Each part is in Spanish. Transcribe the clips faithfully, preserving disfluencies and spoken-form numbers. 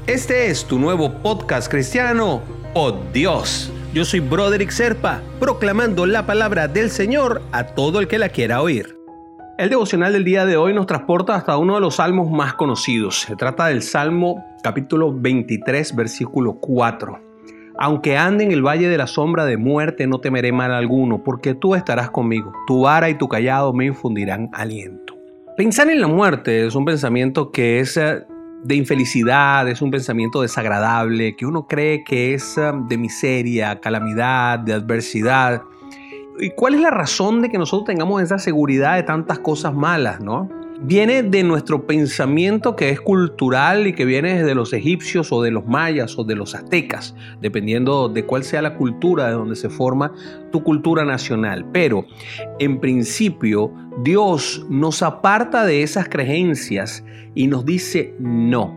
Este es tu nuevo podcast cristiano, Oh Dios. Yo soy Broderick Serpa, proclamando la palabra del Señor a todo el que la quiera oír. El devocional del día de hoy nos transporta hasta uno de los salmos más conocidos. Se trata del Salmo capítulo veintitrés, versículo cuatro. Aunque ande en el valle de la sombra de muerte, no temeré mal alguno, porque tú estarás conmigo. Tu vara y tu cayado me infundirán aliento. Pensar en la muerte es un pensamiento que es de infelicidad, es un pensamiento desagradable, que uno cree que es de miseria, calamidad, de adversidad. ¿Y cuál es la razón de que nosotros tengamos esa seguridad de tantas cosas malas, no? Viene de nuestro pensamiento que es cultural y que viene desde los egipcios o de los mayas o de los aztecas, dependiendo de cuál sea la cultura de donde se forma tu cultura nacional. Pero en principio Dios nos aparta de esas creencias y nos dice no.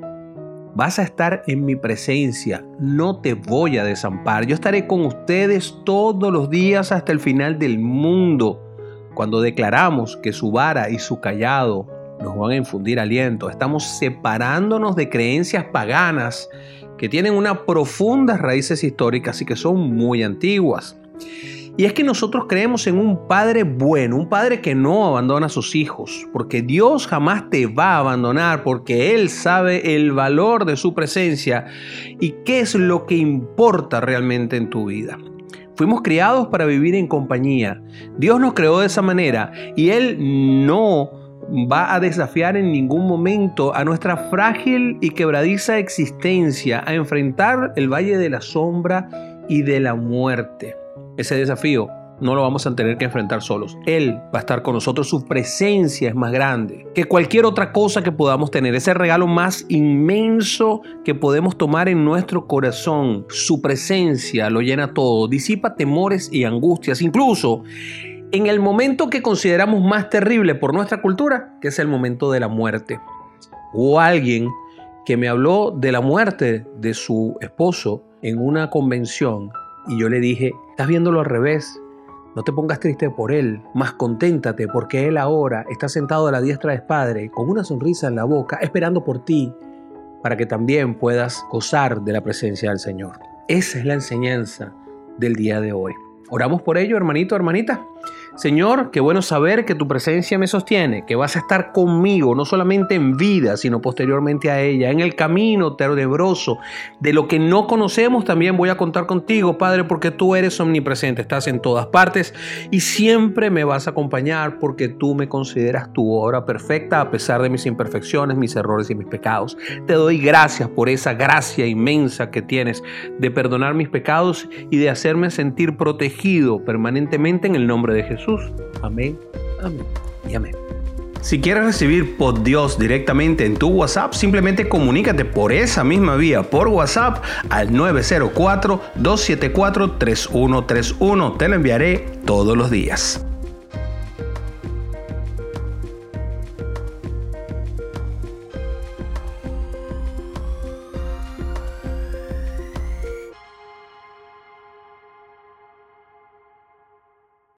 Vas a estar en mi presencia, no te voy a desamparar. Yo estaré con ustedes todos los días hasta el final del mundo. Cuando declaramos que su vara y su cayado nos van a infundir aliento, estamos separándonos de creencias paganas que tienen unas profundas raíces históricas y que son muy antiguas. Y es que nosotros creemos en un Padre bueno, un Padre que no abandona a sus hijos, porque Dios jamás te va a abandonar, porque Él sabe el valor de su presencia y qué es lo que importa realmente en tu vida. Fuimos criados para vivir en compañía. Dios nos creó de esa manera y Él no va a desafiar en ningún momento a nuestra frágil y quebradiza existencia a enfrentar el valle de la sombra y de la muerte. Ese desafío no lo vamos a tener que enfrentar solos. Él va a estar con nosotros. Su presencia es más grande que cualquier otra cosa que podamos tener. Ese regalo más inmenso que podemos tomar en nuestro corazón. Su presencia lo llena todo. Disipa temores y angustias. Incluso en el momento que consideramos más terrible por nuestra cultura, que es el momento de la muerte. Hubo alguien que me habló de la muerte de su esposo en una convención y yo le dije, estás viéndolo al revés. No te pongas triste por él, más conténtate porque él ahora está sentado a la diestra del Padre con una sonrisa en la boca esperando por ti para que también puedas gozar de la presencia del Señor. Esa es la enseñanza del día de hoy. Oramos por ello, hermanito, hermanita. Señor, qué bueno saber que tu presencia me sostiene, que vas a estar conmigo, no solamente en vida, sino posteriormente a ella, en el camino tenebroso. De lo que no conocemos también voy a contar contigo, Padre, porque tú eres omnipresente, estás en todas partes y siempre me vas a acompañar porque tú me consideras tu obra perfecta a pesar de mis imperfecciones, mis errores y mis pecados. Te doy gracias por esa gracia inmensa que tienes de perdonar mis pecados y de hacerme sentir protegido permanentemente en el nombre de Jesús. Amén, amén y amén. Si quieres recibir por Dios directamente en tu WhatsApp, simplemente comunícate por esa misma vía por WhatsApp al nueve cero cuatro, dos siete cuatro, tres uno tres uno. Te lo enviaré todos los días.